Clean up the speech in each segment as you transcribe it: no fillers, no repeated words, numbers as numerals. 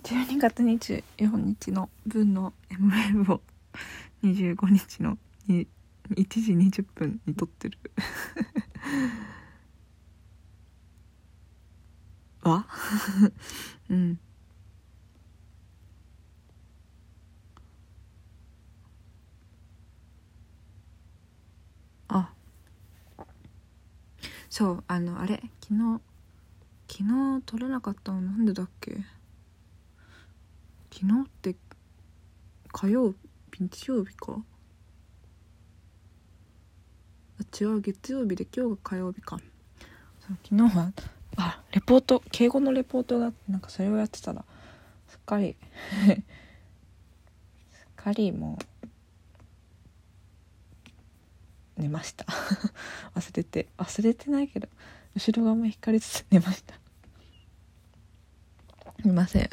12月24日の分の ML を25日の1時20分に撮ってるわうんあそうあれ昨日撮れなかったのなんでだっけ。昨日って日曜日か。違う、月曜日で今日が火曜日か。そう昨日はレポート、敬語のレポートがあって、なんかそれをやってたらすっかりもう寝ました忘れてないけど後ろ側も光りつつ寝ました。すいません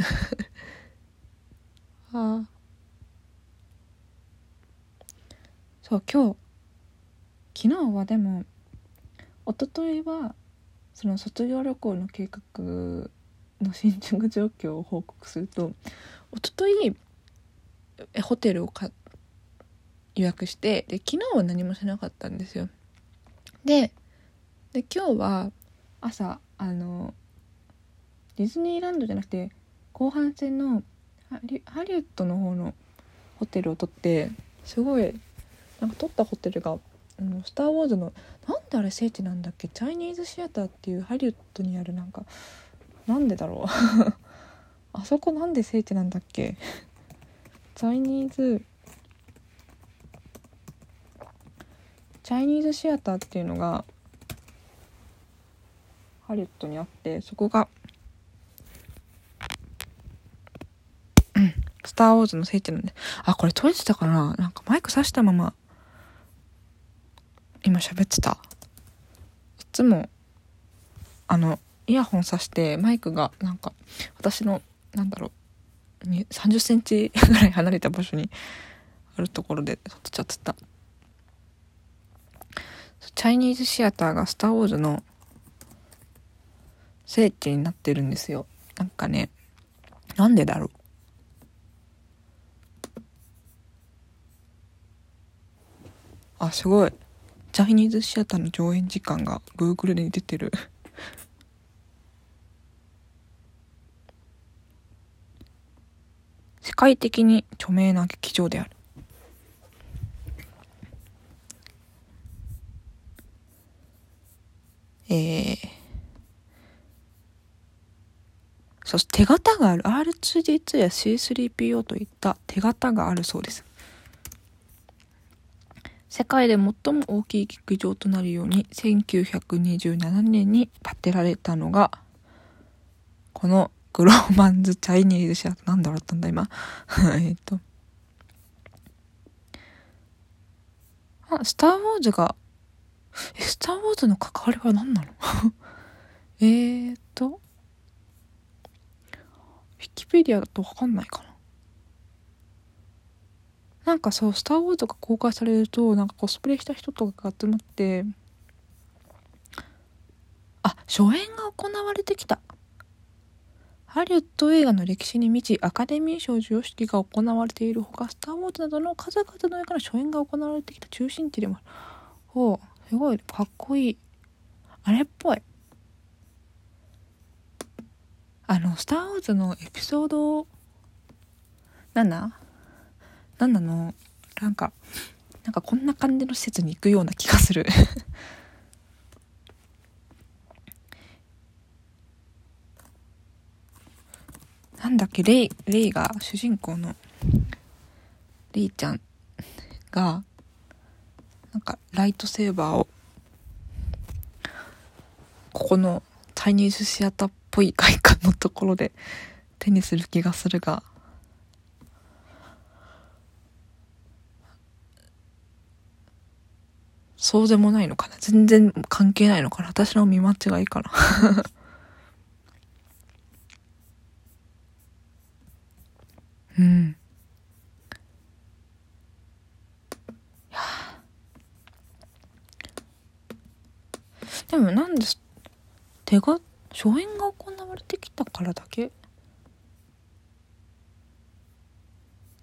そう昨日はでも一昨日はその卒業旅行の計画の進捗状況を報告すると、一昨日ホテルを予約して、で昨日は何もしなかったんですよ。で今日は朝ディズニーランドじゃなくて後半戦のハリウッドの方のホテルを取って、すごいなんか取ったホテルがスターウォーズのなんであれ聖地なんだっけ、チャイニーズシアターっていうハリウッドにあるなんでだろうあそこなんで聖地なんだっけチャイニーズシアターっていうのがハリウッドにあって、そこがスターウォーズの聖地なんで、これ撮れてたかな。なんかマイク挿したまま今喋ってた。いつもイヤホン挿してマイクがなんか私の30センチぐらい離れた場所にあるところで撮っちゃってた。チャイニーズシアターがスターウォーズの聖地になってるんですよ。なんかね、なんでだろう。すごい。チャイニーズシアターの上演時間が Google で出てる世界的に著名な劇場である。そして手形がある R2D2 や C3PO といった手形があるそうです。世界で最も大きい劇場となるように1927年に建てられたのがこのグローマンズチャイニーズシアター。なんで笑ったんだ今スターウォーズがスターウォーズの関わりは何なのウィキペディアだと分かんないかな。なんかそう、スターウォーズが公開されるとなんかコスプレした人とかが集まって、初演が行われてきた。ハリウッド映画の歴史に満ち、アカデミー賞授与式が行われているほか、スターウォーズなどの数々の映画の初演が行われてきた中心地でもある。すごいかっこいい。あれっぽい。スターウォーズのエピソードなんなの、なんかこんな感じの施設に行くような気がするなんだっけ、レイが主人公のレイちゃんがなんかライトセーバーをここのチャイニーズシアターっぽい外観のところで手にする気がするが、そうでもないのかな。全然関係ないのかな。私の見間違いかなうんでもなんで初演が行われてきたからだけ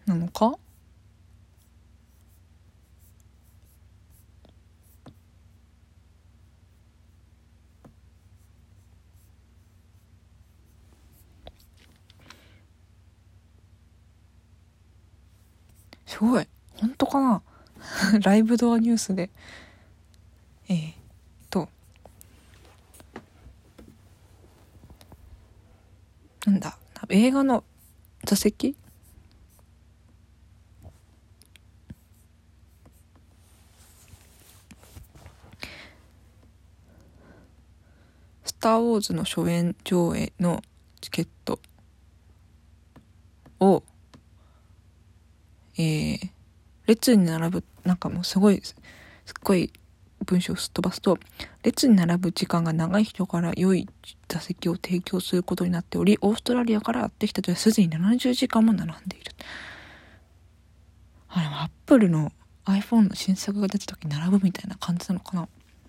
なのか。すごい、本当かなライブドアニュースでなんだ、映画の座席、スター・ウォーズの初演上映のチケットを列に並ぶ、なんかもうすっごい文章をすっ飛ばすと、列に並ぶ時間が長い人から良い座席を提供することになっており、オーストラリアからやってきた人はすでに70時間も並んでいる。アップルの iPhone の新作が出た時に並ぶみたいな感じなのかな。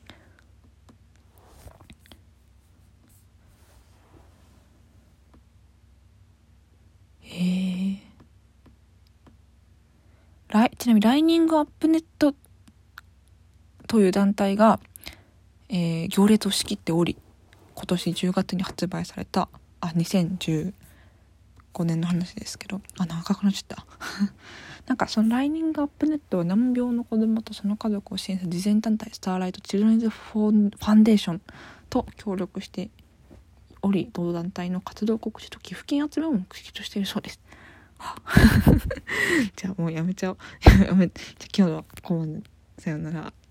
ちなみにライニングアップネットという団体が、行列を仕切っており、今年10月に発売された2015年の話ですけど、長くなっちゃったなんかそのライニングアップネットは難病の子どもとその家族を支援する慈善団体スターライトチルドレンズファンデーションと協力しており、同団体の活動告知と寄付金集めを目的としているそうですじゃあもうやめちゃおうじゃあ今日はここまで、さよなら。